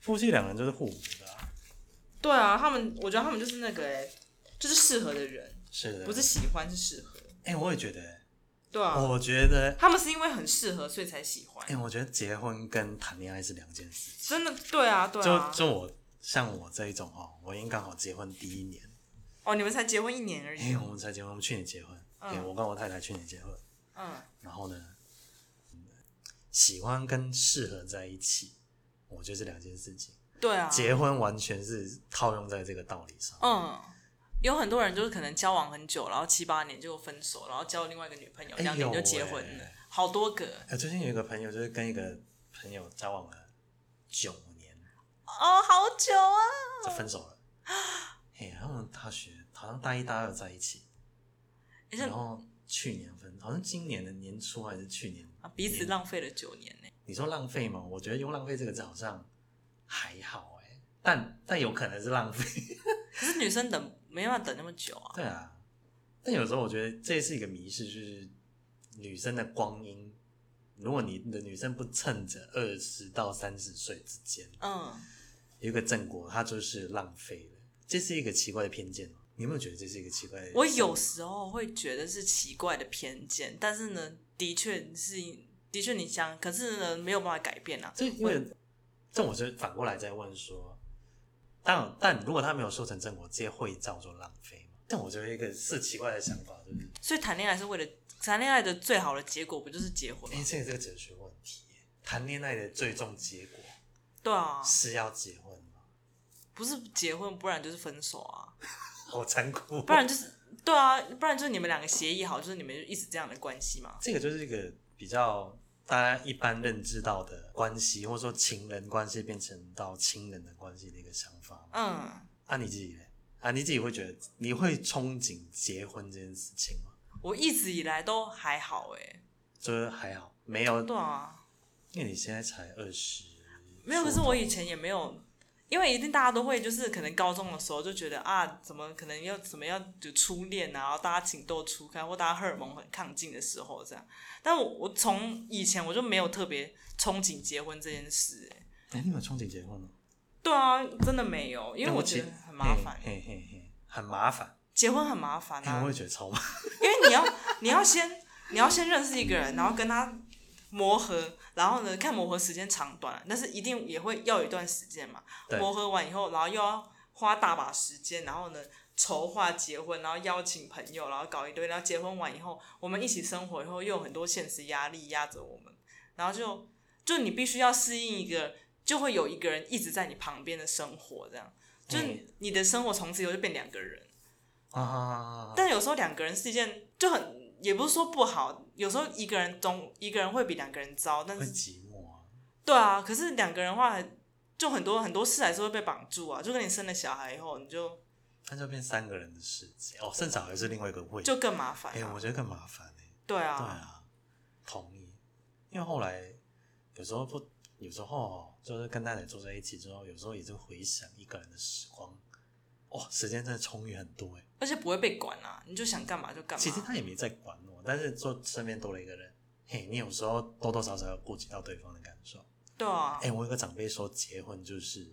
夫妻两人就是互补的啊。 对啊，我觉得他们就是那个就是适合的人， 是的， 不是喜欢是适合。 我也觉得对啊， 我觉得他们是因为很适合所以才喜欢。 我觉得结婚跟谈恋爱是两件事情。 真的，对啊，对啊。 就像我这一种我已经刚好结婚第1年。 哦，你们才结婚1年而已。 我们才结婚，我们去年结婚。我跟我太太去年结婚。然后呢，喜欢跟适合在一起，我觉得是两件事情。 对啊， 结婚完全是套用在这个道理上。 有很多人就是可能交往很久，然后7、8年就分手，然后交另外一个女朋友，2年就结婚了，好多个。 最近有一个朋友就是跟一个朋友交往了9年。 哦，好久啊！ 就分手了。他们大学好像大1、大2在一起，然后去年分，好像今年的年初还是去年。 彼此浪费了9年呢。 你说浪费吗？我觉得用浪费这个字好像还好但有可能是浪费。 可是女生没办法等那么久啊。 对啊，但有时候我觉得这是一个迷思，就是女生的光阴，如果你的女生不趁着20到30岁之间，有一个正果，它就是浪费了。这是一个奇怪的偏见。你有没有觉得这是一个奇怪的？ 我有时候会觉得是奇怪的偏见，但是呢，的确你想，可是呢没有办法改变啊。 这我就反过来再问说，但如果他没有修成正果，这些会叫做浪费吗？但我觉得一个是奇怪的想法，就是， 所以谈恋爱是为了谈恋爱的最好的结果，不就是结婚吗？ 这个是个哲学问题。谈恋爱的最终结果， 对啊， 是要结婚吗？ 不是结婚，不然就是分手啊。 好残酷。 不然就是对啊，不然就是你们2个协议好，就是你们就一直这样的关系嘛。 这个就是一个比较大家一般认知到的关系，或者说情人关系变成到亲人的关系的一个想法。你自己呢？你自己会觉得你会憧憬结婚这件事情吗？ 我一直以来都还好就是还好，没有。 对啊， 因为你现在才20， 没有。可是我以前也没有，因为一定大家都会就是可能高中的时候就觉得怎么可能要就初恋啊，然后大家情窦初开或大家荷尔蒙很亢进的时候这样。但我从以前我就没有特别憧憬结婚这件事你有憧憬结婚吗？ 对啊，真的没有，因为我觉得很麻烦。 很麻烦。 结婚很麻烦啊。 我也觉得超麻烦。 因为你要先认识一个人，然后跟他磨合，然后呢看磨合时间长短，但是一定也会要有一段时间嘛。磨合完以后，然后又要花大把时间，然后呢筹划结婚，然后邀请朋友，然后搞一堆，然后结婚完以后，我们一起生活以后，又有很多现实压力压着我们，然后就你必须要适应一个，就会有一个人一直在你旁边的生活，这样，就是你的生活从此以后就变2个人。但有时候2个人是一件就很，也不是说不好，有时候一个人会比2个人糟，但是会寂寞啊。 对啊，可是2个人的话，就很多事还是会被绑住啊。就跟你生了小孩以后， 那就变3个人的世界生小孩是另外一个问题， 就更麻烦。 我觉得更麻烦对啊， 同意。因为后来有时候就是跟太太坐在一起之后，有时候也是回想一个人的时光。时间真的充裕很多而且不会被管啊，你就想干嘛就干嘛。 其实他也没在管我，但是说身边多了一个人，你有时候多多少少要顾及到对方的感受。 对啊。 我有个长辈说结婚就是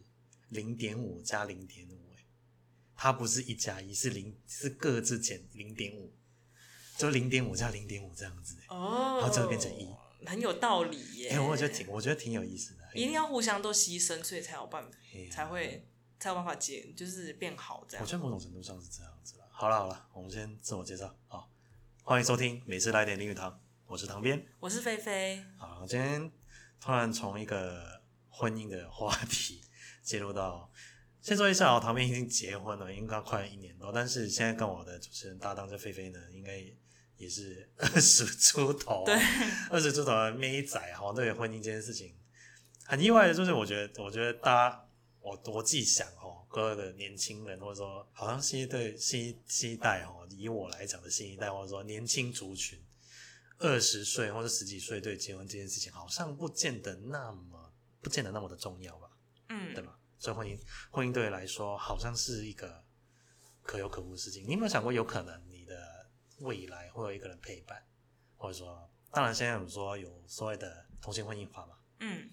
0.5加0.5，它不是1加1，是各自减0.5，就0.5加0.5这样子然后就会变成1， 很有道理耶。 我觉得挺有意思的。 一定要互相都牺牲，所以才有办法，才有办法就是变好这样。 我觉得某种程度上是这样子啦。好了，我们先自我介绍。好，欢迎收听每次来点林语堂，我是唐编， 我是菲菲。 好，今天突然从一个婚姻的话题介入到，先说一下唐编已经结婚了，应该快1年多，但是现在跟我的主持人搭档这菲菲呢，应该也是20出头， 对 ，20出头的妹仔对婚姻这件事情很意外的，就是我觉得大家。我自己想各个年轻人，或者说好像新一代以我来讲的新一代，或者说年轻族群，20岁或者10几岁对结婚这件事情，好像不见得那么的重要吧？对吧？所以婚姻对你来说，好像是一个可有可无的事情。你有没有想过，有可能你的未来会有一个人陪伴，或者说，当然现在有说有所谓的同性婚姻法嘛？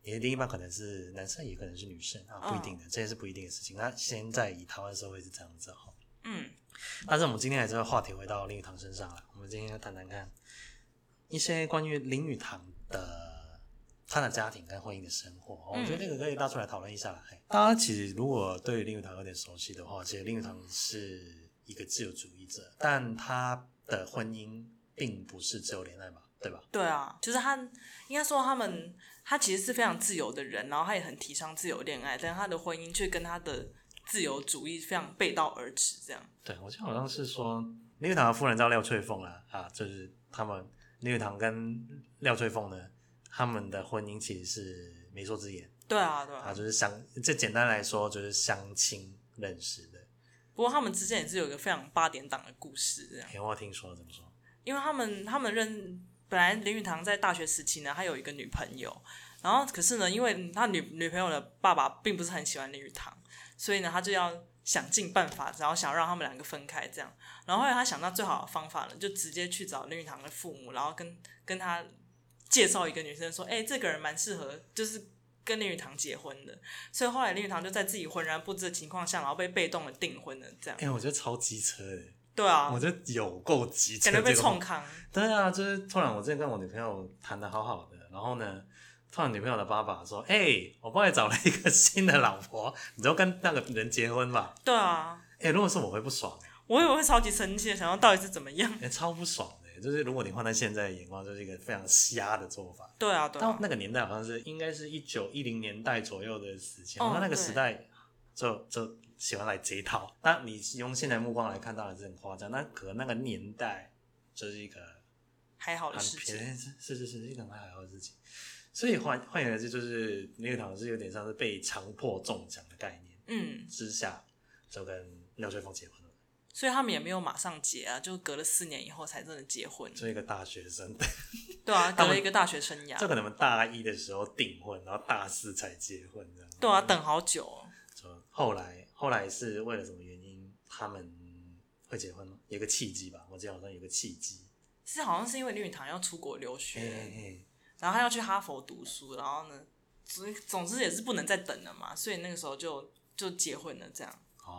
你的另一半可能是男生，也可能是女生啊，不一定的，这些是不一定的事情。那现在以台湾社会是这样子哈。但是我们今天还是话题回到林语堂身上了，我们今天要谈谈看一些关于林语堂的他的家庭跟婚姻的生活，我觉得这个可以拉出来讨论一下啦。大家其实如果对林语堂有点熟悉的话，其实林语堂是一个自由主义者，但他的婚姻并不是自由恋爱嘛，对吧？ 对啊，就是他应该说他其实是非常自由的人，然后他也很提倡自由恋爱，但他的婚姻却跟他的自由主义非常背道而驰，这样。 对，我记得好像是说林语堂的夫人叫廖翠凤啦，就是他们林语堂跟廖翠凤呢，他们的婚姻其实是媒妁之言。 对啊， 就是这简单来说就是相亲认识的。 不过他们之间也是有一个非常八点档的故事，这样。 有我听说怎么说？ 因为他们本来林语堂在大学时期呢，他有一个女朋友，然后可是呢，因为他女朋友的爸爸并不是很喜欢林语堂，所以呢，他就要想尽办法，然后想让他们两个分开这样。然后后来他想到最好的方法呢，就直接去找林语堂的父母，然后跟他介绍一个女生说，这个人蛮适合，就是跟林语堂结婚的。所以后来林语堂就在自己浑然不知的情况下，然后被动的订婚了这样。 我觉得超机车的。 对啊， 我觉得有够机车， 感觉被冲康。 对啊，就是突然我之前跟我女朋友谈得好好的，然后呢，突然女朋友的爸爸说：“我帮你找了一个新的老婆，你就跟那个人结婚吧。” 对啊， 如果是我会不爽， 我以为会超级生气，想要到底是怎么样？ 超不爽的，就是如果你换在现在的眼光，就是一个非常瞎的做法。 对啊， 到那个年代好像应该是1910年代左右的事情，那个时代就喜欢来这一套。那你用现在目光来看，当然是很夸张。那可能那个年代就是一个还好的事情， 是一个很还好的事情。所以换言而之，就是林语堂是有点像是被强迫中奖的概念，之下就跟廖翠凤结婚了。 所以他们也没有马上结啊，就隔了4年以后才真的结婚。 就一个大学生， 对啊，隔了一个大学生涯。 就可能大1的时候订婚，然后大4才结婚这样。 对啊，等好久哦。 后来是为了什么原因他们会结婚吗？有个契机吧，我记得好像有个契机。 好像是因为林语堂要出国留学，然后他要去哈佛读书，然后呢，总之也是不能再等了嘛，所以那个时候就结婚了这样。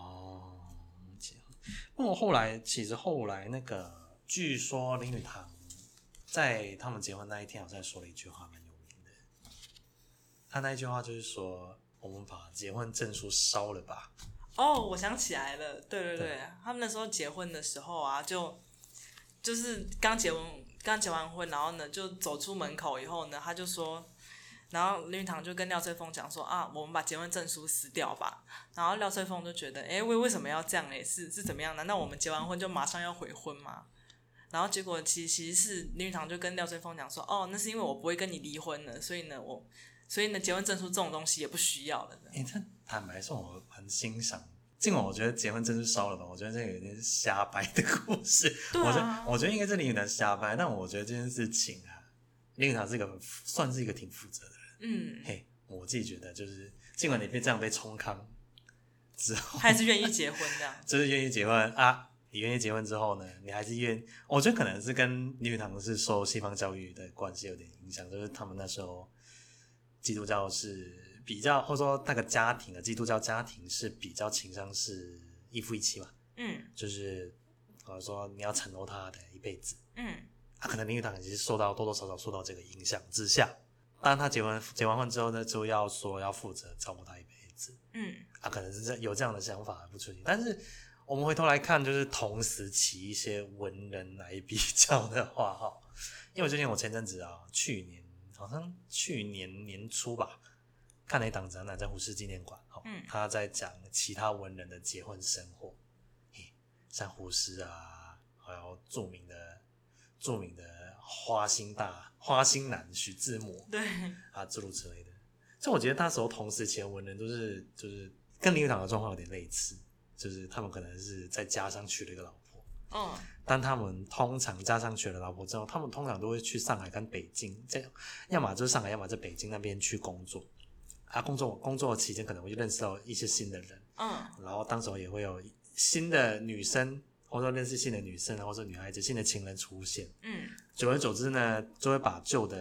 不过后来那个，据说林语堂在他们结婚那一天好像说了一句话蛮有名的，他那一句话就是说：“我们把结婚证书烧了吧。” 我想起来了，对，他们那时候结婚的时候啊，就是刚结完婚，然后呢就走出门口以后呢，他就说，然后林语堂就跟廖翠凤讲说我们把结婚证书撕掉吧。然后廖翠凤就觉得，为什么要这样嘞？是怎么样？难道我们结完婚就马上要回婚吗？然后结果其实是林语堂就跟廖翠凤讲说，那是因为我不会跟你离婚了，所以呢结婚证书这种东西也不需要了。 这坦白说我很欣赏。尽管我觉得结婚证书烧了吧，我觉得这个有点瞎掰的故事。 对啊， 我觉得应该是林语堂瞎掰，但我觉得这件事情林语堂算是一个挺负责的人。我自己觉得就是尽管你这样被冲康之后， 还是愿意结婚这样。 就是愿意结婚你愿意结婚之后呢，你还是我觉得可能是跟林语堂是受西方教育的关系有点影响，就是他们那时候基督教是比较，或者说那个家庭的基督教家庭是比较倾向是一夫一妻嘛，就是说你要承诺他的一辈子，可能林语堂也是多多少少受到这个影响之下，当然他结完婚之后呢，就要说要负责照顾他一辈子，可能是有这样的想法不出奇，但是我们回头来看，就是同时期一些文人来比较的话因为最近我前阵子好像去年年初吧，看了一档展览在胡适纪念馆，他在讲其他文人的结婚生活，像胡适还有著名的花心男许志摩， 对诸如此类的。所以我觉得那时候同时期的文人就是跟林语堂的状况有点类似，就是他们可能是在家乡娶了一个老婆，但他们通常家乡娶了老婆之后，他们通常都会去上海跟北京，要么就是上海，要么在北京那边去工作。工作期间可能会认识到一些新的人，然后当时也会有新的女生，或者说认识新的女生，或者说女孩子新的情人出现，久而久之呢，就会把旧的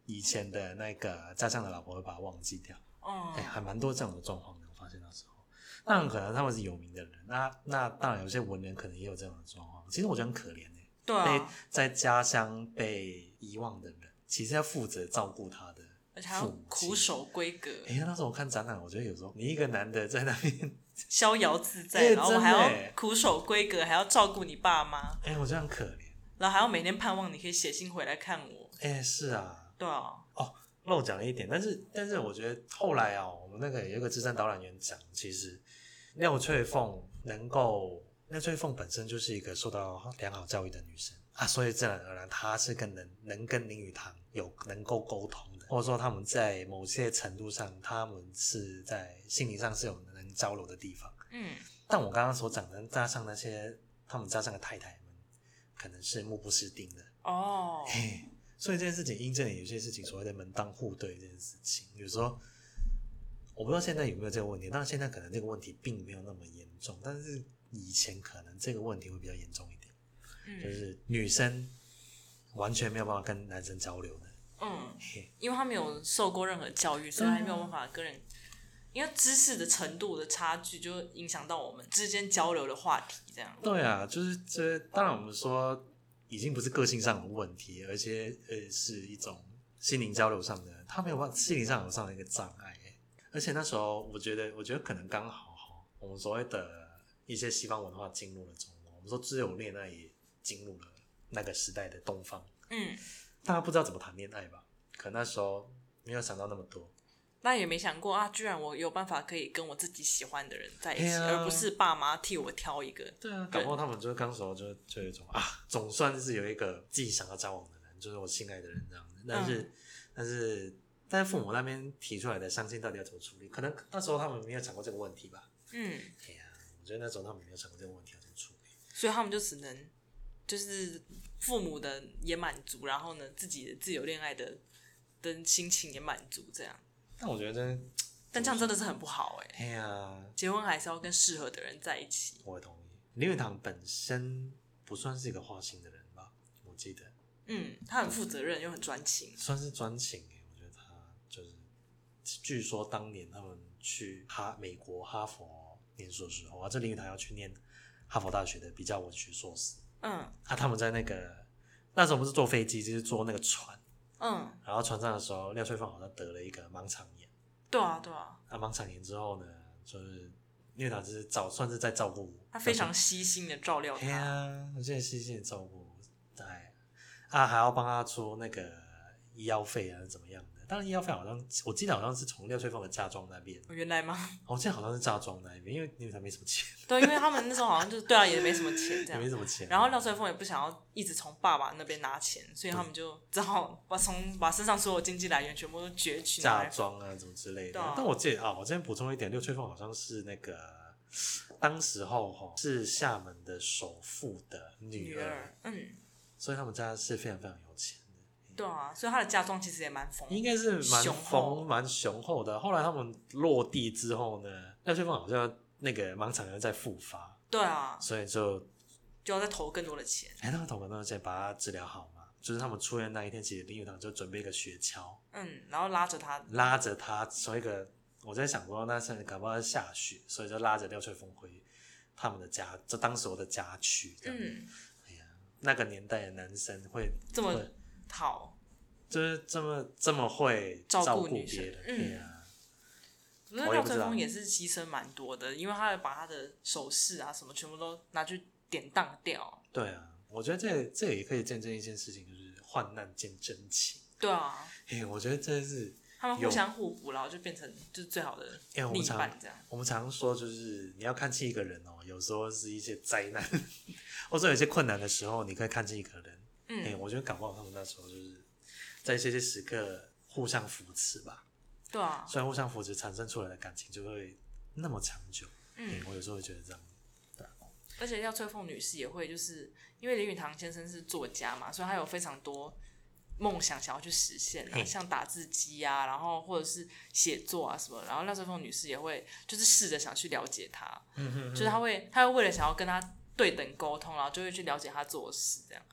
以前的那个家乡的老婆会把他忘记掉。还蛮多这样的状况的，我发现那时候。当然可能他们是有名的人，那当然有些文人可能也有这样的状况。其实我觉得很可怜对啊， 被在家乡被遗忘的人，其实要负责照顾他的父母亲， 而且还要苦守闺阁。 那时候我看展览，我觉得有时候你一个男的在那边逍遥自在，然后还要苦守闺阁，还要照顾你爸妈。 我觉得很可怜。 然后还要每天盼望你可以写信回来看我。 是啊。 对啊。 漏讲了一点，但是我觉得后来我们那个有一个资深导览员讲，其实廖翠凤本身就是一个受到良好教育的女生所以自然而然她是能跟林语堂能够沟通的，或者说他们在某些程度上，他们是在心理上是有能交流的地方。但我刚刚所讲的加上那些他们加上的太太们，可能是目不识丁的所以这件事情印证了有些事情所谓的门当户对这件事情，有时候我不知道现在有没有这个问题，当然现在可能这个问题并没有那么严重，但是以前可能这个问题会比较严重一点，就是女生完全没有办法跟男生交流的。 因为他没有受过任何教育，所以他没有办法跟人，因为知识的程度的差距就影响到我们之间交流的话题这样。 对啊，就是这当然我们说已经不是个性上的问题，而且是一种心灵交流上的，他没有办法心灵上有上的一个障碍。而且那时候我觉得可能刚好我们所谓的一些西方文化进入了中国，我们说自由恋爱也进入了那个时代的东方。大家不知道怎么谈恋爱吧，可能那时候没有想到那么多， 那也没想过居然我有办法可以跟我自己喜欢的人在一起，而不是爸妈替我挑一个。 对啊，搞不好他们就是刚时候就有一种总算是有一个自己想要交往的人，就是我心爱的人这样子。但是父母那边提出来的相亲到底要怎么处理，可能那时候他们没有想过这个问题吧。我觉得那时候他们没有想过这个问题要怎么处理，所以他们就只能就是父母的也满足，然后呢自己的自由恋爱的心情也满足这样。 但我觉得但这样真的是很不好结婚还是要跟适合的人在一起。 我同意。林语堂本身不算是一个花心的人吧，我记得。 他很负责任又很专情， 算是专情。我觉得他就是据说当年他们去美国哈佛念书的时候这林语堂要去念哈佛大学的比较文学硕士。他们在那时候不是坐飛機，就是坐那个船。然后船上的时候，廖翠凤好像得了一个盲肠炎。 对啊。 盲肠炎之后呢，就是林语堂就是算是在照顾他，非常悉心的照料他。 我现在悉心的照顾，还要帮他出那个医药费怎么样的？当然医药费好像我记得好像是从廖翠凤的嫁妆那边。 原来吗？ 我记得好像是嫁妆那边，因为林语堂没什么钱。 对，因为他们那时候好像就是也没什么钱这样。 也没什么钱。 然后廖翠凤也不想要一直从爸爸那边拿钱，所以他们就只好把身上所有经济来源全部都攫取嫁妆什么之类的。但我记得我这边补充一点，廖翠凤好像是那个当时候是厦门的首富的女儿。所以他们家是非常非常有钱的。 对啊，所以他的嫁妆其实也蛮丰， 应该是蛮雄厚的。后来他们落地之后呢，廖翠凤好像那个盲肠炎再复发。 对啊， 所以就要再投更多的钱。 他们投更多的钱把他治疗好嘛。就是他们出院那一天，其实林语堂就准备一个雪橇， 然后拉着他， 所以我在想说，那是搞不好下雪，所以就拉着廖翠凤回他们的家，就当时候的家去这样。那个年代的男生会这么好， 就是这么会照顾别人。 可是廖翠凤也是牺牲蛮多的，因为他会把他的首饰什么全部都拿去典当掉。 对啊，我觉得这也可以见证一件事情，就是患难见真情。 对啊， 我觉得这是他们互相互补，然后就变成就是最好的另一半这样。 我们常说，就是你要看清一个人有时候是一些灾难，或者有一些困难的时候，你可以看清一个人。我觉得搞不好他们那时候就是在一些时刻互相扶持吧。 对啊， 所以互相扶持产生出来的感情就会那么长久。我有时候会觉得这样。 而且廖翠凤女士也会，就是因为林语堂先生是作家嘛，所以他有非常多梦想想要去实现像打字机然后或者是写作什么，然后廖翠凤女士也会就是试着想去了解他。就是他会为了想要跟他对等沟通，然后就会去了解他做的事这样。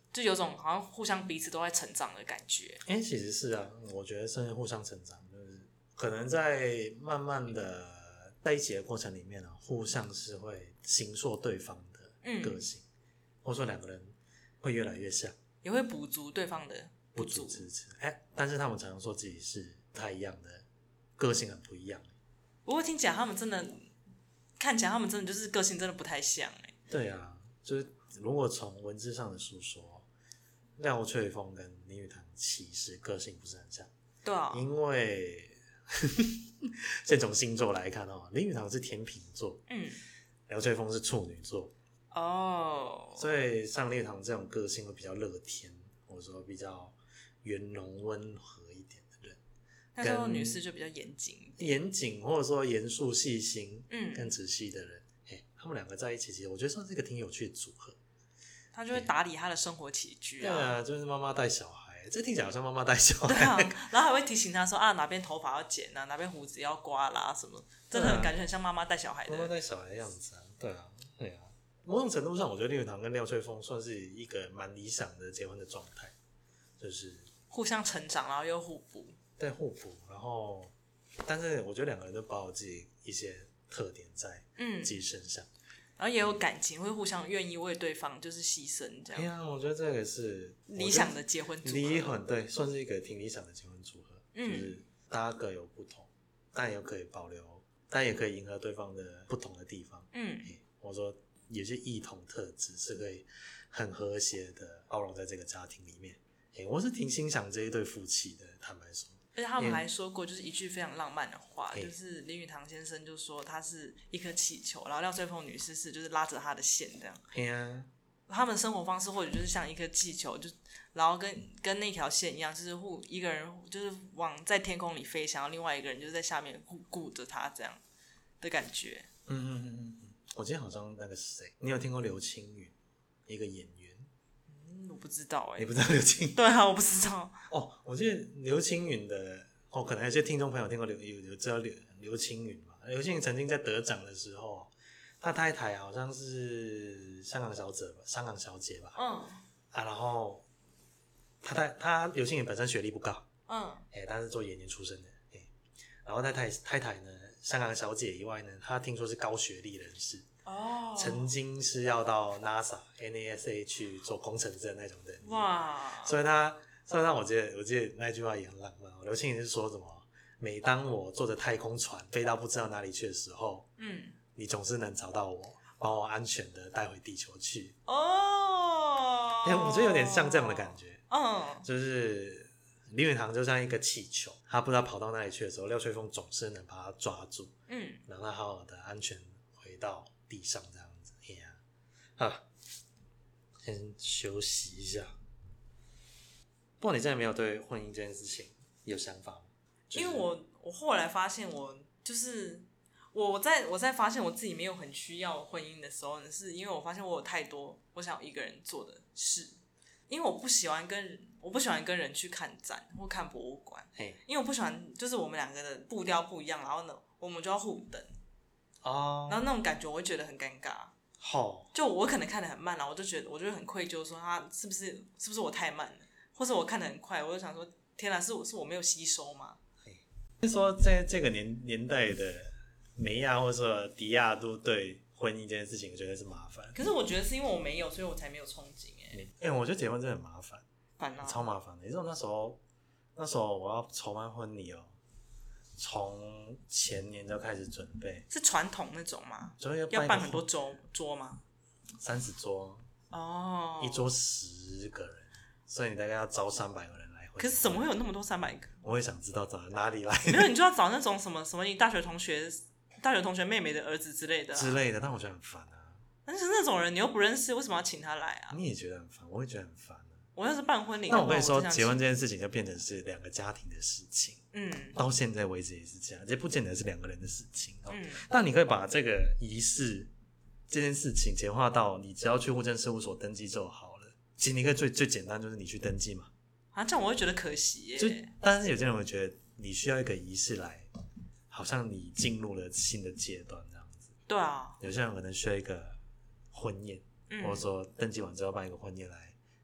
就有种好像互相彼此都在成长的感觉。 其实是啊，我觉得是互相成长，就是可能在慢慢的在一起的过程里面互相是会形塑对方的个性，或者说两个人会越来越像， 也会补足对方的不足之处。但是他们常常说自己是不太一样的，个性很不一样。 不过听起来他们真的，看起来他们真的就是个性真的不太像对啊，就是如果从文字上的述说，廖翠凤跟林语堂其实个性不是很像。 对啊， 因为先从星座来看林语堂是天秤座，廖翠凤是处女座。所以像林语堂这种个性会比较乐天，或者说比较圆融温和一点的人。 那时候女士就比较严谨或者说严肃细心更仔细的人，他们两个在一起其实我觉得算是一个挺有趣的组合。 他就会打理他的生活起居对啊，就是妈妈带小孩，这听起来好像妈妈带小孩。 对啊，然后还会提醒他说哪边头发要剪哪边胡子要刮啦什么，真的很感觉很像妈妈带小孩的。 妈妈带小孩的样子啊，对啊。某种程度上，我觉得林语堂跟廖翠凤算是一个蛮理想的结婚的状态，就是互相成长，然后又互补。 对，互补，然后但是我觉得两个人都保有自己一些特点在自己身上， 然后也有感情，会互相愿意为对方就是牺牲这样。 我觉得这个是理想的结婚组合。 对，算是一个挺理想的结婚组合，就是大家各有不同，但也可以保留，但也可以迎合对方的不同的地方。我说有些异同特质是可以很和谐的包容在这个家庭里面。我是挺欣赏这一对夫妻的，坦白说。 而且他们还说过，就是一句非常浪漫的话，就是林语堂先生就说他是一颗气球，然后廖翠凤女士是就是拉着他的线这样。他们生活方式或者就是像一颗气球，然后跟那条线一样，就是一个人就是往在天空里飞翔，然后另外一个人就是在下面顾着他这样的感觉。 我今天好像那个谁，你有听过刘青云一个演员？ 我不知道你不知道刘青云？ 对啊，我不知道。 我记得刘青云的可能有些听众朋友听过有知道刘青云嘛？刘青云曾经在得奖的时候，他太太好像是香港小姐吧？然后他刘青云本身学历不高，他是做演员出身的，然后太太呢，香港小姐以外呢，他听说是高学历人士。曾经是要到 NASA 去做工程师的那种人。哇！所以我记得那句话也很浪漫。刘青云是说什么？每当我坐着太空船飞到不知道哪里去的时候，你总是能找到我，把我安全的带回地球去。我觉得有点像这样的感觉。就是林语堂就像一个气球，他不知道跑到哪里去的时候，廖翠凤总是能把他抓住，让他好好的安全回到地上这样子。先休息一下。不过你真的没有对婚姻这件事情有想法吗？ 因为我后来发现，就是我在发现我自己没有很需要婚姻的时候呢，是因为我发现我有太多我想一个人做的事，因为我不喜欢跟人去看展或看博物馆，因为我不喜欢就是我们两个的步调不一样，然后呢我们就要互等，然后那种感觉我会觉得很尴尬。就我可能看得很慢，然后我就会很愧疚，说他是不是我太慢了，或是我看得很快，我就想说天哪，是我没有吸收吗？ 就是说在这个年代的梅亚或者说迪亚都对婚姻这件事情，我觉得是麻烦。 可是我觉得是因为我没有，所以我才没有憧憬。 我觉得结婚真的很麻烦，超麻烦的。你知道那时候我要筹办婚礼从前年就开始准备。 是传统那种吗？ 要办很多桌吗 ？30桌。一桌10个人，所以你大概要招300个人来。 可是怎么会有那么多300个？ 我也想知道找哪里来。 没有，你就要找那种什么你大学同学妹妹的儿子之类的。 但我觉得很烦啊。 但是那种人你又不认识，为什么要请他来啊？ 你也觉得很烦，我会觉得很烦啊。 我要是办婚礼， 那我跟你说，结婚这件事情就变成是2个家庭的事情。到现在为止也是这样，这不见得是2个人的事情。但你可以把这个仪式这件事情简化到，你只要去户政事务所登记就好了。其实你可以最简单就是你去登记嘛。 这样我会觉得可惜耶。 但是有些人会觉得你需要一个仪式来，好像你进入了新的阶段这样子。 对啊。 有些人可能需要一个婚宴，或者说登记完之后办一个婚宴来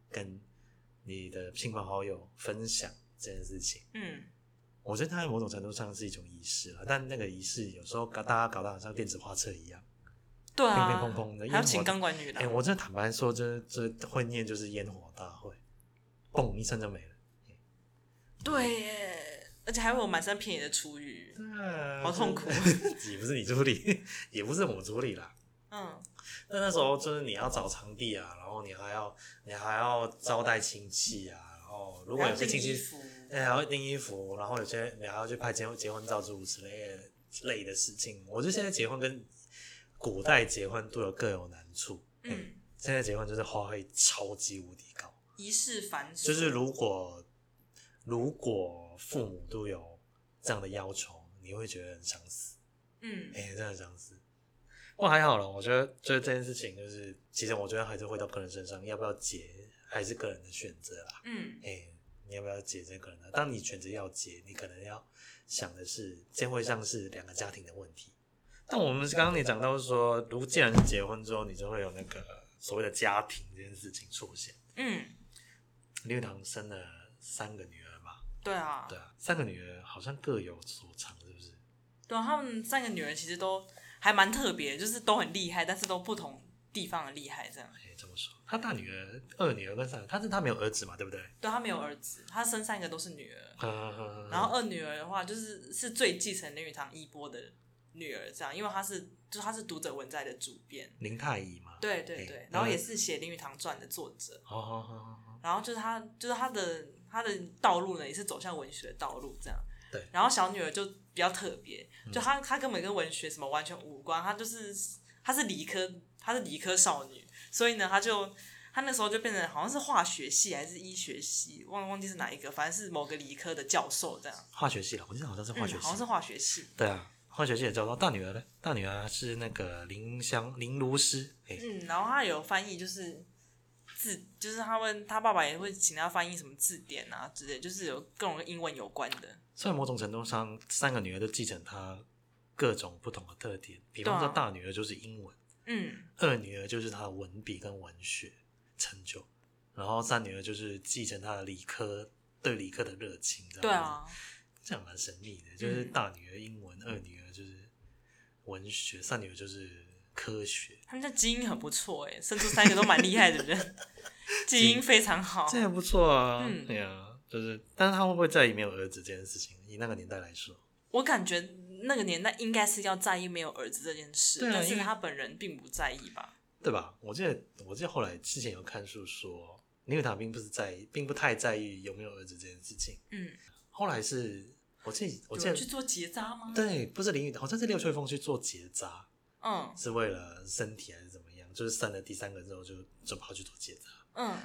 跟你的亲朋好友分享这件事情。 嗯， 我觉得它在某种程度上是一种仪式了，但那个仪式有时候大家搞得好像电子花车一样， 对啊， 乒乒乓乓的。 还有请钢管女郎。 我真的坦白说，这婚宴就是烟火大会，嘣一声就没了。 对耶，而且还会有满山遍野的厨余，好痛苦。 也不是你处理，也不是我处理啦。那时候就是你要找场地啊，然后你还要招待亲戚啊，然后如果有些亲戚还要订衣服，然后有些你还要去拍结婚照诸如此类的事情。我觉得现在结婚跟古代结婚都有各有难处。现在结婚就是花费超级无敌高， 仪式繁琐。 就是如果父母都有这样的要求，你会觉得很想死。真的很想死。不过还好了，我觉得这件事情就是，其实我觉得还是回到个人身上，要不要结还是个人的选择啦。你要不要结这个人呢？当你选择要结，你可能要想的是，这会像是两个家庭的问题。但我们刚刚也讲到说，既然是结婚之后，你就会有那个所谓的家庭这件事情出现。林语堂生了3个女儿嘛？ 对啊 ，3个女儿好像各有所长，是不是？ 对啊，他们3个女儿其实都还蛮特别，就是都很厉害，但是都不同地方的厉害这样。 这么说，他大女儿、二女儿跟3个，他没有儿子嘛，对不对？ 对，他没有儿子，他生3个都是女儿。然后二女儿的话，是最继承林语堂衣钵的女儿，这样，因为她是读者文摘的主编林太乙嘛。 对，然后也是写《林语堂传》的作者。然后就是他的道路呢，也是走向文学的道路这样。 对。 然后小女儿就比较特别，就她根本跟文学什么完全无关，她是理科少女，所以呢，她那时候就变成好像是化学系还是医学系，忘记是哪一个，反正是某个理科的教授这样。 化学系了，我记得好像是化学系。 好像是化学系。 对啊，化学系的教授。大女儿呢？大女儿是那个林如诗。 然后她有翻译，就是他爸爸也会请他翻译什么字典啊之类，就是有各种跟英文有关的。 所以某种程度上，3个女儿都继承她各种不同的特点。比方说，大女儿就是英文，二女儿就是她的文笔跟文学成就，然后3女儿就是继承她的对理科的热情。 对啊， 这样蛮神秘的，就是大女儿英文，二女儿就是文学，3女儿就是科学。 他们家基因很不错生出3个都蛮厉害的人，基因非常好， 这还不错啊。对啊，就是，但是他会不会在意没有儿子这件事情？以那个年代来说， 我感觉那个年代应该是要在意没有儿子这件事，但是他本人并不在意吧？ 对吧？我记得后来之前有看书说，林语堂并不太在意有没有儿子这件事情。后来是我记得去做结扎吗？ 对，不是林语堂，好像是廖翠凤去做结扎。是为了身体还是怎么样？就是生了第3个之后就跑去做结扎。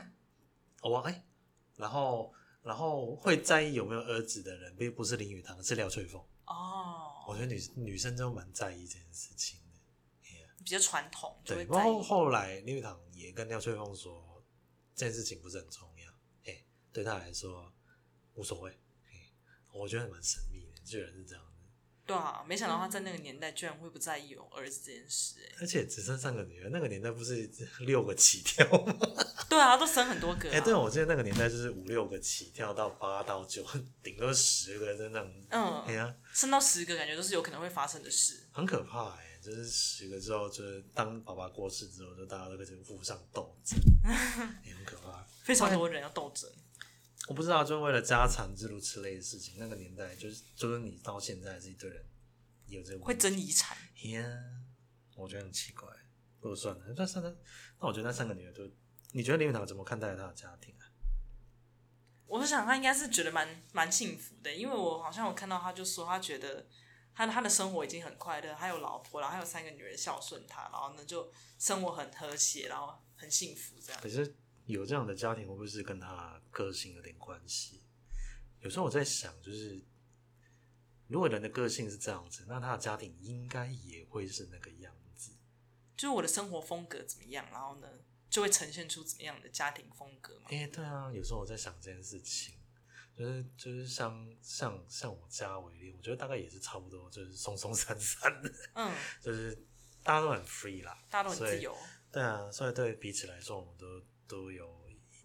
然后会在意有没有儿子的人，并不是林语堂，是廖翠凤。我觉得女生都蛮在意这件事情的， 比较传统。 对，然后后来林语堂也跟廖翠凤说，这件事情不是很重要，对他来说无所谓。我觉得蛮神秘的，居然是这样。 对啊，没想到他在那个年代居然会不在意有儿子这件事。 而且只剩3个女儿，那个年代不是6个起跳吗？ 对啊，都生很多个。 对，我记得那个年代就是5、6个起跳到8到9，顶多10个这样。 生到10个，感觉都是有可能会发生的事， 很可怕就是10个之后，就是当爸爸过世之后，就大家都开始互相斗争，很可怕。 非常多人要斗争。 我不知道，就是为了家产之如此类的事情，那个年代就是你到现在是一堆人有这个会争遗产。 我觉得很奇怪。不过算了，那我觉得那3个女儿你觉得林语堂怎么看待他的家庭啊？ 我想他应该是觉得蛮幸福的，因为我好像有看到他就说他觉得他的生活已经很快乐，还有老婆，然后还有3个女儿孝顺他，然后呢就生活很和谐，然后很幸福这样。 可是有这样的家庭会不会是跟他个性有点关系？有时候我在想，就是如果人的个性是这样子，那他的家庭应该也会是那个样子。 就是我的生活风格怎么样，然后呢就会呈现出怎么样的家庭风格嘛。 对啊，有时候我在想这件事情，就是像我家为例，我觉得大概也是差不多，就是松松散散的。就是大家都很 free 啦， 大家都很自由。 对啊，所以对彼此来说，我们都有一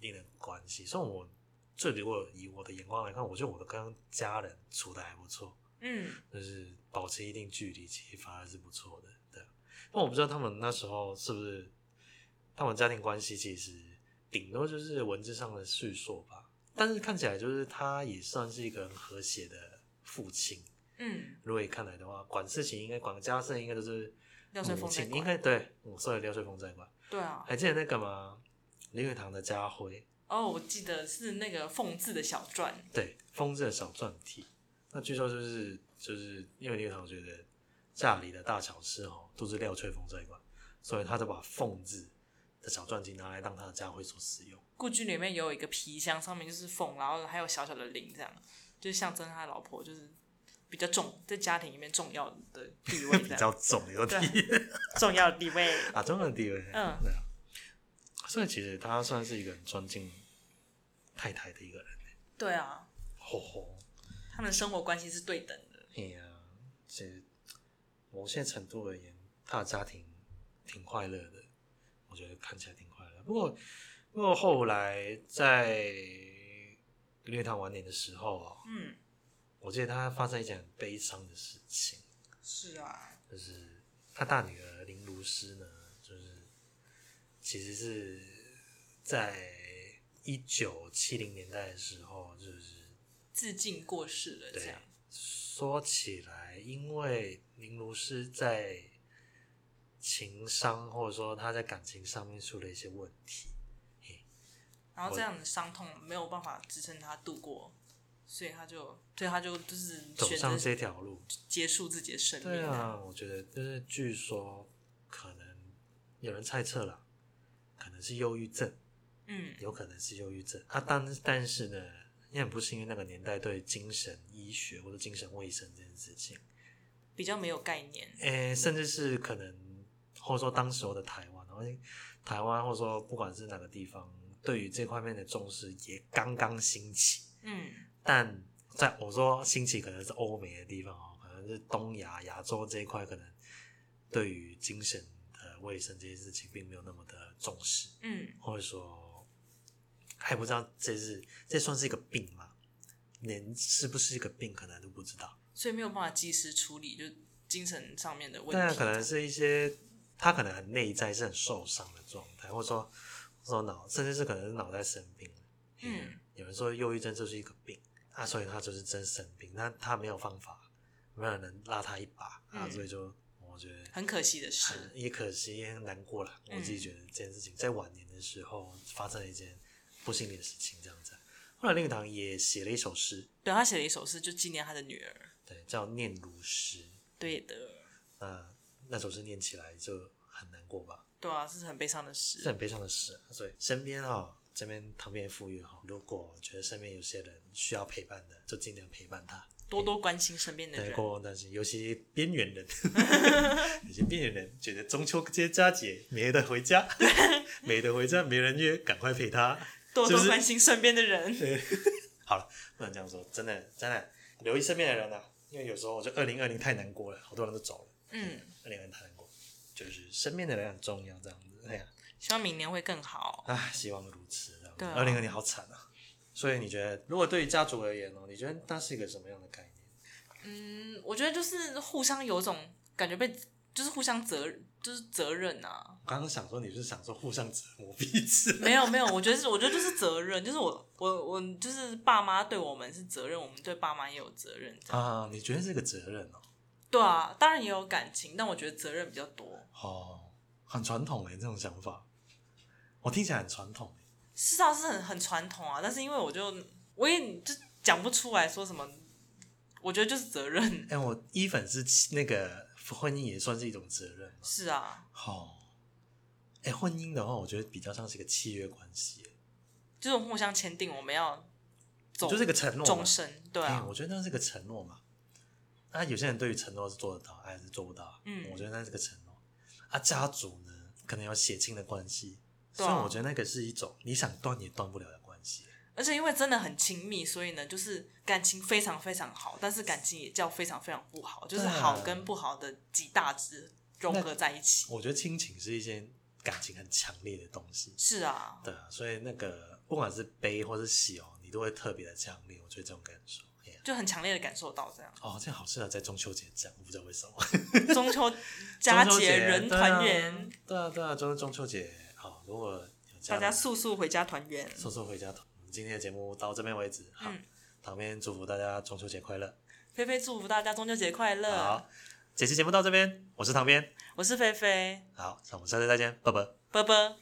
定的关系。所以我如果以我的眼光来看，我觉得我的跟家人处的还不错，就是保持一定距离，其实反而是不错的。对，那我不知道他们那时候是不是他们家庭关系其实顶多就是文字上的叙述吧，但是看起来就是他也算是一个很和谐的父亲。如果你看来的话，管事情应该管家事应该都是母亲，应该对5岁的6岁风在管。 对啊， 还记得那个吗？林语堂的家徽。 我记得是那个凤字的小篆。 对，凤字的小篆体。那据说就是因为林语堂觉得家里的大小事都是廖翠凤在管，所以他就把凤字的小篆体拿来当他的家徽所使用。 故居里面有一个皮箱，上面就是凤，然后还有小小的铃，这样就是象征他的老婆就是比较重，在家庭里面重要的地位， 比较重有地位， 重要的地位啊，重要的地位，对啊。所以其实他算是一个很尊敬太太的一个人。 对啊，他们的生活关系是对等的。 其实某些程度而言，他的家庭挺快乐的，我觉得看起来挺快乐。不过后来在林语堂晚年的时候我记得他发生一件很悲伤的事情。 是啊， 就是他大女儿林如诗呢，就是其实是在1970年代的时候，就是自尽过世了。这样说起来，因为林如诗在情商或者说他在感情上面出了一些问题， 然后这样的伤痛没有办法支撑他度过，所以他就是走上这条路， 结束自己的生命。 对啊，我觉得就是据说可能有人猜测啦，可能是忧郁症，有可能是忧郁症。但是呢，也很不幸，因为那个年代对精神医学或者精神卫生这件事情比较没有概念， 甚至是可能或者说当时候的台湾或者说不管是哪个地方，对于这块面的重视也刚刚兴起。但在我说兴起可能是欧美的地方可能是东亚亚洲这一块，可能对于精神的卫生这些事情并没有那么的重视，或者说还不知道这算是一个病吗？连是不是一个病可能都不知道， 所以没有办法及时处理，就精神上面的问题。 对啊，可能是一些他可能很内在是很受伤的状态，或者说甚至是可能是脑袋生病了。有人说忧郁症就是一个病所以他就是真生病，那他没有方法，没有人能拉他一把所以就我觉得很可惜的事， 也可惜也很难过啦。我自己觉得这件事情在晚年的时候发生了一件不幸的事情，这样子。后来林语堂也写了一首诗， 对，他写了一首诗，就纪念他的女儿， 对，叫《念如诗》。 对的， 那首诗念起来就很难过吧？ 对啊，是很悲伤的诗， 是很悲伤的诗。所以身边这边旁边呼吁如果觉得身边有些人需要陪伴的，就尽量陪伴他， 多多关心身边的人， 多关心，尤其边缘人，有些边缘人觉得中秋节佳节没得回家，没得回家，没人约，赶快陪他， 多多关心身边的人。 好了，不能这样说，真的留意身边的人因为有时候我觉得2020太难过了，好多人都走了，2020太难过，就是身边的人很重要，这样子。 希望明年会更好。 希望如此。 对 2020好惨啊！所以你觉得，如果对于家族而言你觉得那是一个什么样的概念？ 我觉得就是互相有种感觉就是互相责任啊。 我刚刚想说你是想说互相折磨彼此， 没有，我觉得就是责任，就是我就是爸妈对我们是责任，我们对爸妈也有责任你觉得是个责任对啊，当然也有感情，但我觉得责任比较多。 很传统这种想法，我听起来很传统是啊，是很传统啊，但是因为我也就讲不出来说什么，我觉得就是责任。 我even是那个婚姻也算是一种责任吗？ 是啊。 婚姻的话，我觉得比较像是一个契约关系， 就是互相签订我们要走， 就是一个承诺终身。对啊， 我觉得那是个承诺嘛。有些人对于承诺是做得到，还是做不到？我觉得那是个承诺。家族呢，可能有血亲的关系，所以我觉得那个是一种你想断也断不了的关系。 而且因为真的很亲密，所以呢，就是感情非常非常好，但是感情也叫非常非常不好，就是好跟不好的几大值融合在一起。 我觉得亲情是一件感情很强烈的东西。 是啊。 对啊，所以那个不管是悲或是喜你都会特别的强烈。我觉得这种感受， 就很强烈的感受到这样。 这样好适合在中秋节讲，我不知道为什么。 中秋佳节人团圆， 对啊，中秋节好，如果大家速速回家团圆， 速速回家团。今天的节目到这边为止，好，唐边祝福大家中秋节快乐， 菲菲祝福大家中秋节快乐。 好，这期节目到这边，我是唐边， 我是菲菲， 好，那我们下次再见，拜拜， 拜拜。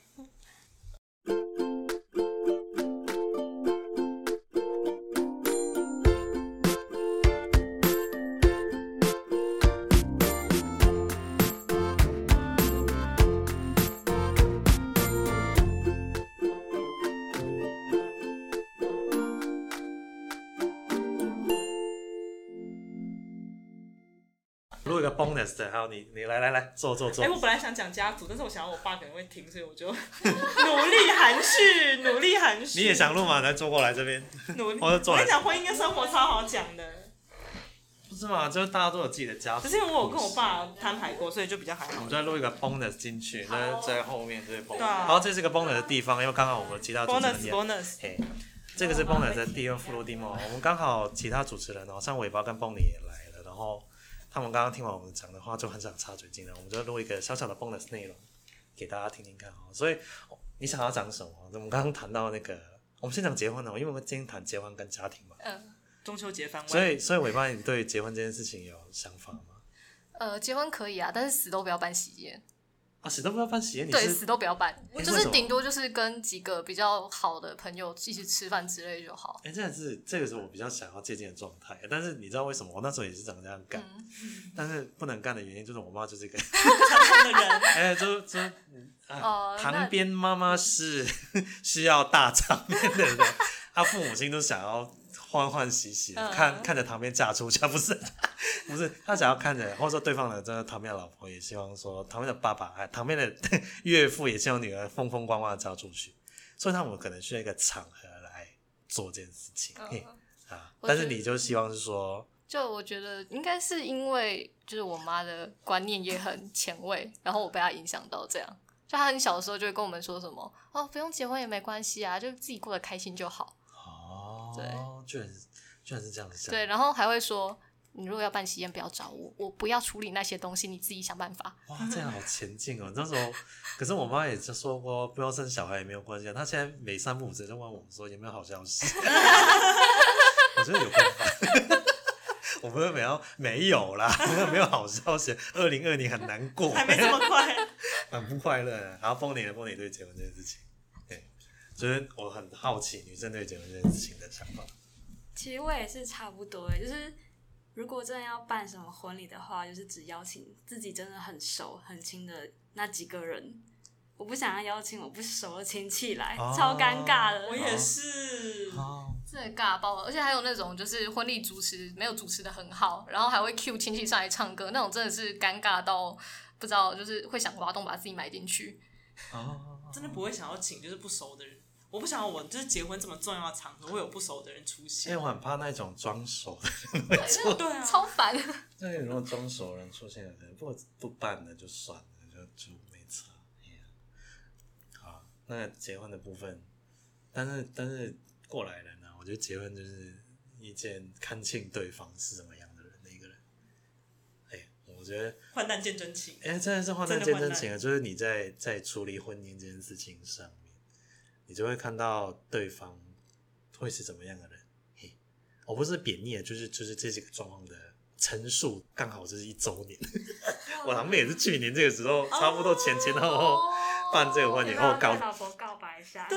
录一个 bonus 的，好，你来坐。 我本来想讲家族，但是我想到我爸可能会听，所以我就努力含蓄。 你也想录吗？来坐过来这边。 努力。我跟你讲，婚姻跟生活超好讲的。 不是嘛？就是大家都有自己的家族。 可是因为我有跟我爸摊牌过，所以就比较还好。 我们再录一个 bonus 进去，那在后面这些 bonus。 然后这是个 bonus 的地方，因为刚好我们其他主持人 bonus。 这个是 bonus 的第二附录 demo， 我们刚好其他主持人像尾巴跟 Bonnie 也来了，然后。他们刚刚听完我们讲的话，就很想插嘴进来，我们就录一个小小的 bonus 内容给大家听听看。所以你想要讲什么？我们刚刚谈到那个，我们先讲结婚因为我们今天谈结婚跟家庭嘛。 中秋节番外。 所以尾巴，你对结婚这件事情有想法吗？ 结婚可以啊，但是死都不要办喜宴。 死都不要办喜宴？ 对，死都不要办，就是顶多就是跟几个比较好的朋友一起吃饭之类就好。 这个是我比较想要借鉴的状态，但是你知道为什么？我那时候也是长这样干，但是不能干的原因就是我妈就是一个传统的人。旁边妈妈是需要大场面的人，她父母亲都想要欢欢喜喜的看着旁边嫁出去，不是他想要看着，或者说对方的这个旁边的老婆也希望说，旁边的爸爸旁边的岳父也希望女儿风风光光的嫁出去，所以他们可能需要一个场合来做这件事情。但是你就希望是说， 就我觉得应该是因为就是我妈的观念也很前卫，然后我被她影响到这样，就她很小的时候就会跟我们说什么不用结婚也没关系啊，就自己过得开心就好。对， 居然是这样想。 对，然后还会说，你如果要办喜宴，不要找我，我不要处理那些东西，你自己想办法。 哇，这样好前进哦！那时候，可是我妈也就说过，不要生小孩也没有关系。她现在每3不5次就问我们说有没有好消息。我觉得有办法。我们没有啦，没有好消息。2020很难过， 还没这么快， 很不快乐。然后Bonnie对结婚这件事情，就是我很好奇女生对结婚这件事情的想法。 其实我也是差不多就是如果真的要办什么婚礼的话，就是只邀请自己真的很熟很亲的那几个人，我不想要邀请我不熟的亲戚来，超尴尬的。 我也是。 这尬爆了，而且还有那种就是婚礼主持没有主持的很好，然后还会 cue 亲戚上来唱歌，那种真的是尴尬到不知道，就是会想挖洞把自己埋进去。 真的不会想要请就是不熟的人，我不想要我就是结婚这么重要的场合会有不熟的人出现。 我很怕那种装熟的人会出现。 对啊， 超烦。 对，如果装熟的人出现了，可能不办了就算了，就没差。好，那结婚的部分，但是过来人呢，我觉得结婚就是一件看清对方是什么样的人的一个人。我觉得患难见真情。 真的是患难见真情啊！就是你在处理婚姻这件事情上面，你就会看到对方会是怎么样的人。我不是贬义，就是这几个状况的陈述，刚好就是1周年。我堂妹也是去年这个时候，差不多前后办这个婚礼后跟老婆告白一下。 对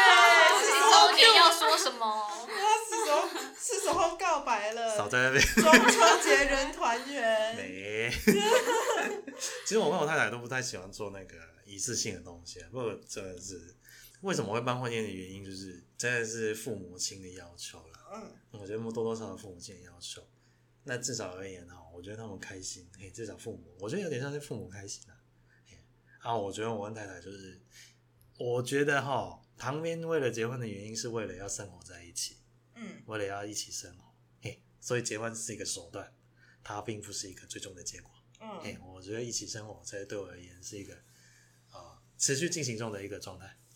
，1周年要说什么？ 是时候告白了。 少在那边。 中秋节人团圆。 没。其实我跟我太太都不太喜欢做那个仪式性的东西，不过真的是为什么会办婚宴的原因，就是真的是父母亲的要求啦。我觉得多多少少父母亲的要求。那至少而言我觉得他们开心，至少父母，我觉得有点像是父母开心啦。我觉得我跟太太就是，我觉得旁边为了结婚的原因是为了要生活在一起，为了要一起生活，所以结婚是一个手段，它并不是一个最终的结果。我觉得一起生活，这对我而言是一个持续进行中的一个状态。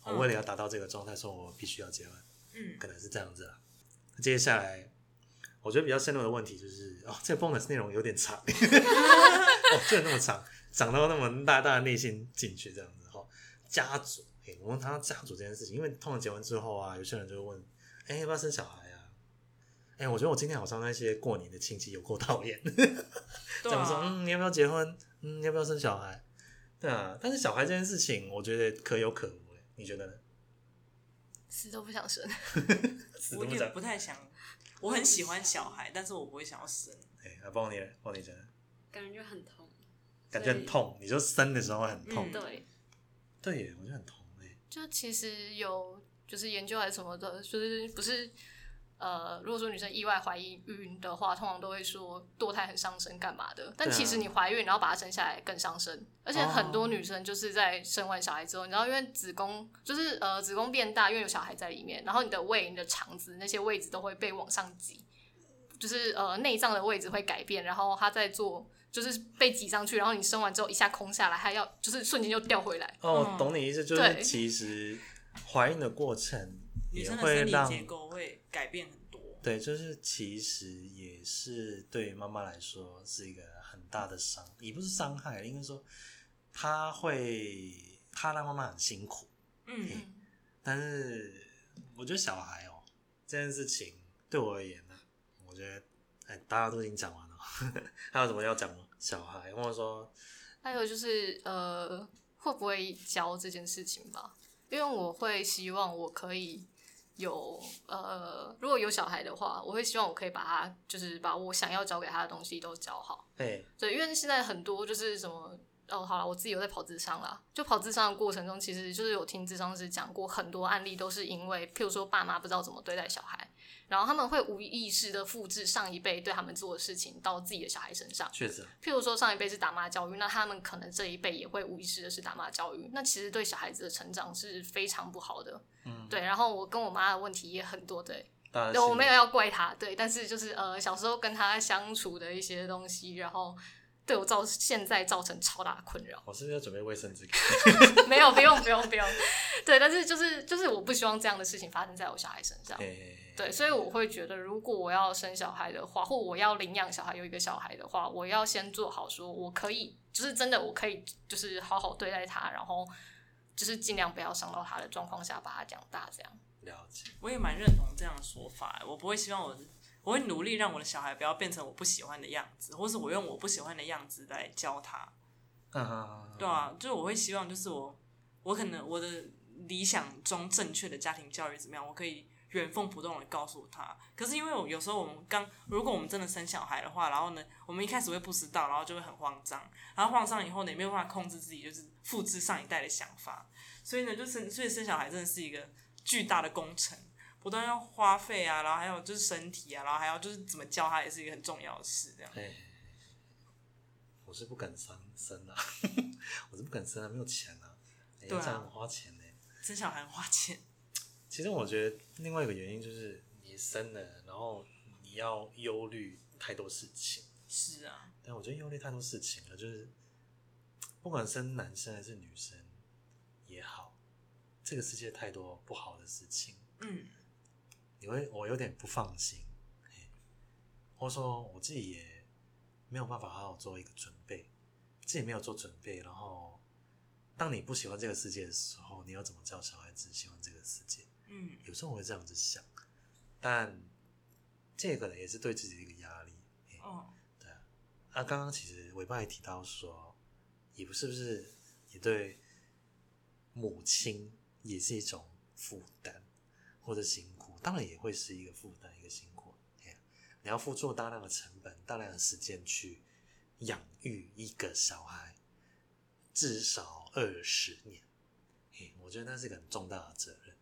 我为了要达到这个状态，说我必须要结婚，可能是这样子啦。接下来，我觉得比较深入的问题就是，这个 bonus 内容有点长，就那么长，长到那么大的内心进去这样子家族，我问他家族这件事情，因为通常结婚之后啊，有些人就会问，要不要生小孩啊？我觉得我今天好像那些过年的亲戚有够讨厌，这样说，你要不要结婚？要不要生小孩？对啊，但是小孩这件事情，我觉得可有可无，你觉得呢？ 死都不想生， 我有点不太想。我很喜欢小孩，但是我不会想要生。 帮你讲， 感觉很痛， 感觉很痛，你就生的时候会很痛，对耶，我觉得很痛就其实有就是研究还是什么的，就是不是如果说女生意外怀孕的话，通常都会说堕胎很伤身干嘛的，但其实你怀孕然后把它生下来更伤身，而且很多女生就是在生完小孩之后，你知道因为子宫就是子宫变大，因为有小孩在里面，然后你的胃、你的肠子那些位置都会被往上挤，就是内脏的位置会改变，然后它在做就是被挤上去，然后你生完之后一下空下来，还要就是瞬间就掉回来。 懂你意思，就是其实怀孕的过程也会让女生的生理结构会改变很多。 对，就是其实也是对妈妈来说是一个很大的伤，也不是伤害，应该说她让妈妈很辛苦。但是我觉得小孩这件事情对我而言呢，我觉得大家都已经讲完了，还有什么要讲吗？小孩，或者说还有就是会不会教这件事情吧？因为我会希望我可以有如果有小孩的话，我会希望我可以把他就是把我想要教给他的东西都教好。对，因为现在很多就是什么好了，我自己有在跑諮商啦，就跑諮商的过程中，其实就是有听諮商师讲过很多案例，都是因为譬如说爸妈不知道怎么对待小孩，然后他们会无意识的复制上一辈对他们做的事情到自己的小孩身上。 确实， 譬如说上一辈是打骂教育，那他们可能这一辈也会无意识的是打骂教育，那其实对小孩子的成长是非常不好的。对，然后我跟我妈的问题也很多，对，我没有要怪她，对，但是就是小时候跟她相处的一些东西，然后对我现在造成超大的困扰。 我是不是要准备卫生纸？ 没有，不用。对，但是就是我不希望这样的事情发生在我小孩身上。对，所以我会觉得，如果我要生小孩的话，或我要领养小孩有一个小孩的话，我要先做好说我可以，就是真的我可以就是好好对待他，然后就是尽量不要伤到他的状况下把他养大这样。 了解， 我也蛮认同这样的说法，我不会希望我会努力让我的小孩不要变成我不喜欢的样子，或是我用我不喜欢的样子来教他。对啊，就是我会希望，就是我可能我的理想中正确的家庭教育怎么样，我可以原封不动的告诉他。可是因为有时候如果我们真的生小孩的话，然后呢，我们一开始会不知道，然后就会很慌张，然后慌张以后呢，也没有办法控制自己，就是复制上一代的想法。所以呢，所以生小孩真的是一个巨大的工程。不断要花费啊，然后还有就是身体啊，然后还要就是怎么教他，也是一个很重要的事。这样， 我是不敢生啊，我是不敢生啊，没有钱啊， 对啊， 这样花钱呢， 生小孩花钱。 其实我觉得另外一个原因就是你生了，然后你要忧虑太多事情。 是啊， 但我觉得忧虑太多事情了，就是不管生男生还是女生也好，这个世界太多不好的事情。我有点不放心，或者说我自己也没有办法好好做一个准备，自己没有做准备，然后当你不喜欢这个世界的时候，你要怎么教小孩子喜欢这个世界？有时候我会这样子想，但这个也是对自己的一个压力。对啊，刚刚其实尾巴也提到说，是不是也对母亲也是一种负担或者辛苦？当然也会是一个负担，一个辛苦。你要付出大量的成本、大量的时间去养育一个小孩，至少20年。我觉得那是一个很重大的责任。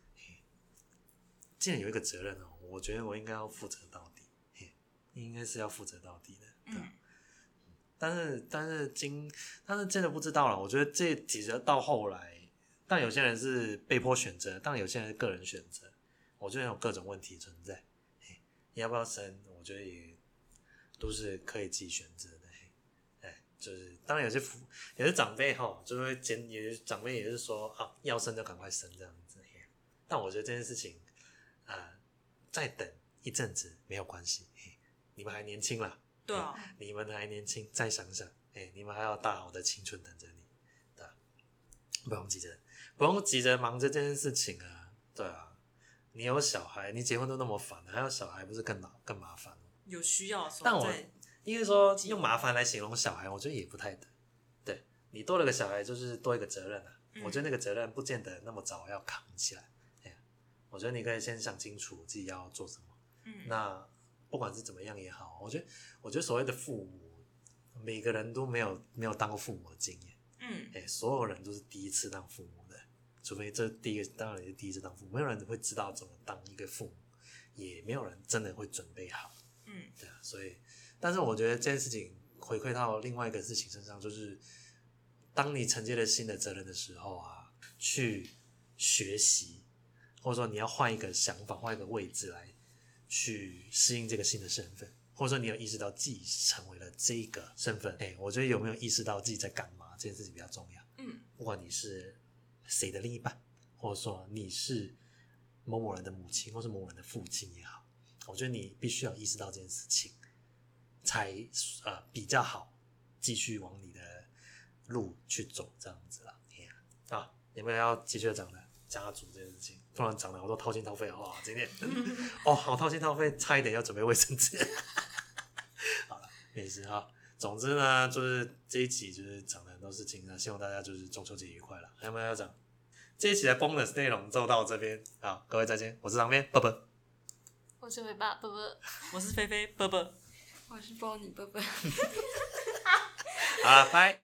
既然有一个责任，我觉得我应该要负责到底，应该是要负责到底的。对，但是真的不知道了。我觉得这其实到后来，但有些人是被迫选择，当然有些人是个人选择。我觉得有各种问题存在，要不要生，我觉得也都是可以自己选择的。 就是当然有些长辈就会有些长辈也是说啊，要生就赶快生这样子。但我觉得这件事情再等一阵子没有关系，你们还年轻啦， 对啊， 你们还年轻，再想想，你们还有大好的青春等着你，对啊，不用急着忙这件事情啊，对啊，你有小孩，你结婚都那么烦了，还有小孩不是更麻烦吗？ 有需要的时候但我因为说用麻烦来形容小孩，我觉得也不太对，你多了个小孩就是多一个责任啊，我觉得那个责任不见得那么早要扛起来，我觉得你可以先想清楚自己要做什么。那不管是怎么样也好，我觉得所谓的父母，每个人都没有当过父母的经验。所有人都是第一次当父母的，除非这第一个当然也是第一次当父母，没有人会知道怎么当一个父母，也没有人真的会准备好。对啊，所以，但是我觉得这件事情回馈到另外一个事情身上，就是当你承接了新的责任的时候啊，去学习。或者说你要换一个想法，换一个位置来去适应这个新的身份，或者说你有意识到自己成为了这个身份，我觉得有没有意识到自己在干嘛这件事情比较重要。不管你是谁的另一半，或者说你是某某人的母亲，或是某某人的父亲也好，我觉得你必须要意识到这件事情，才比较好继续往你的路去走，这样子啦。有没有要继续讲的？家族这件事情，突然讲了好多掏心掏肺，哇！今天好掏心掏肺，差一点要准备卫生纸。好了，没事哈。总之呢，就是这一集就是讲了很多事情，那希望大家就是中秋节愉快了。还有没有要讲？这一期的 bonus 内容就到这边，好，各位再见，我是长边，啵啵。 我是尾巴，啵啵。 我是菲菲，啵啵。 我是包你啵啵。 好了，拜。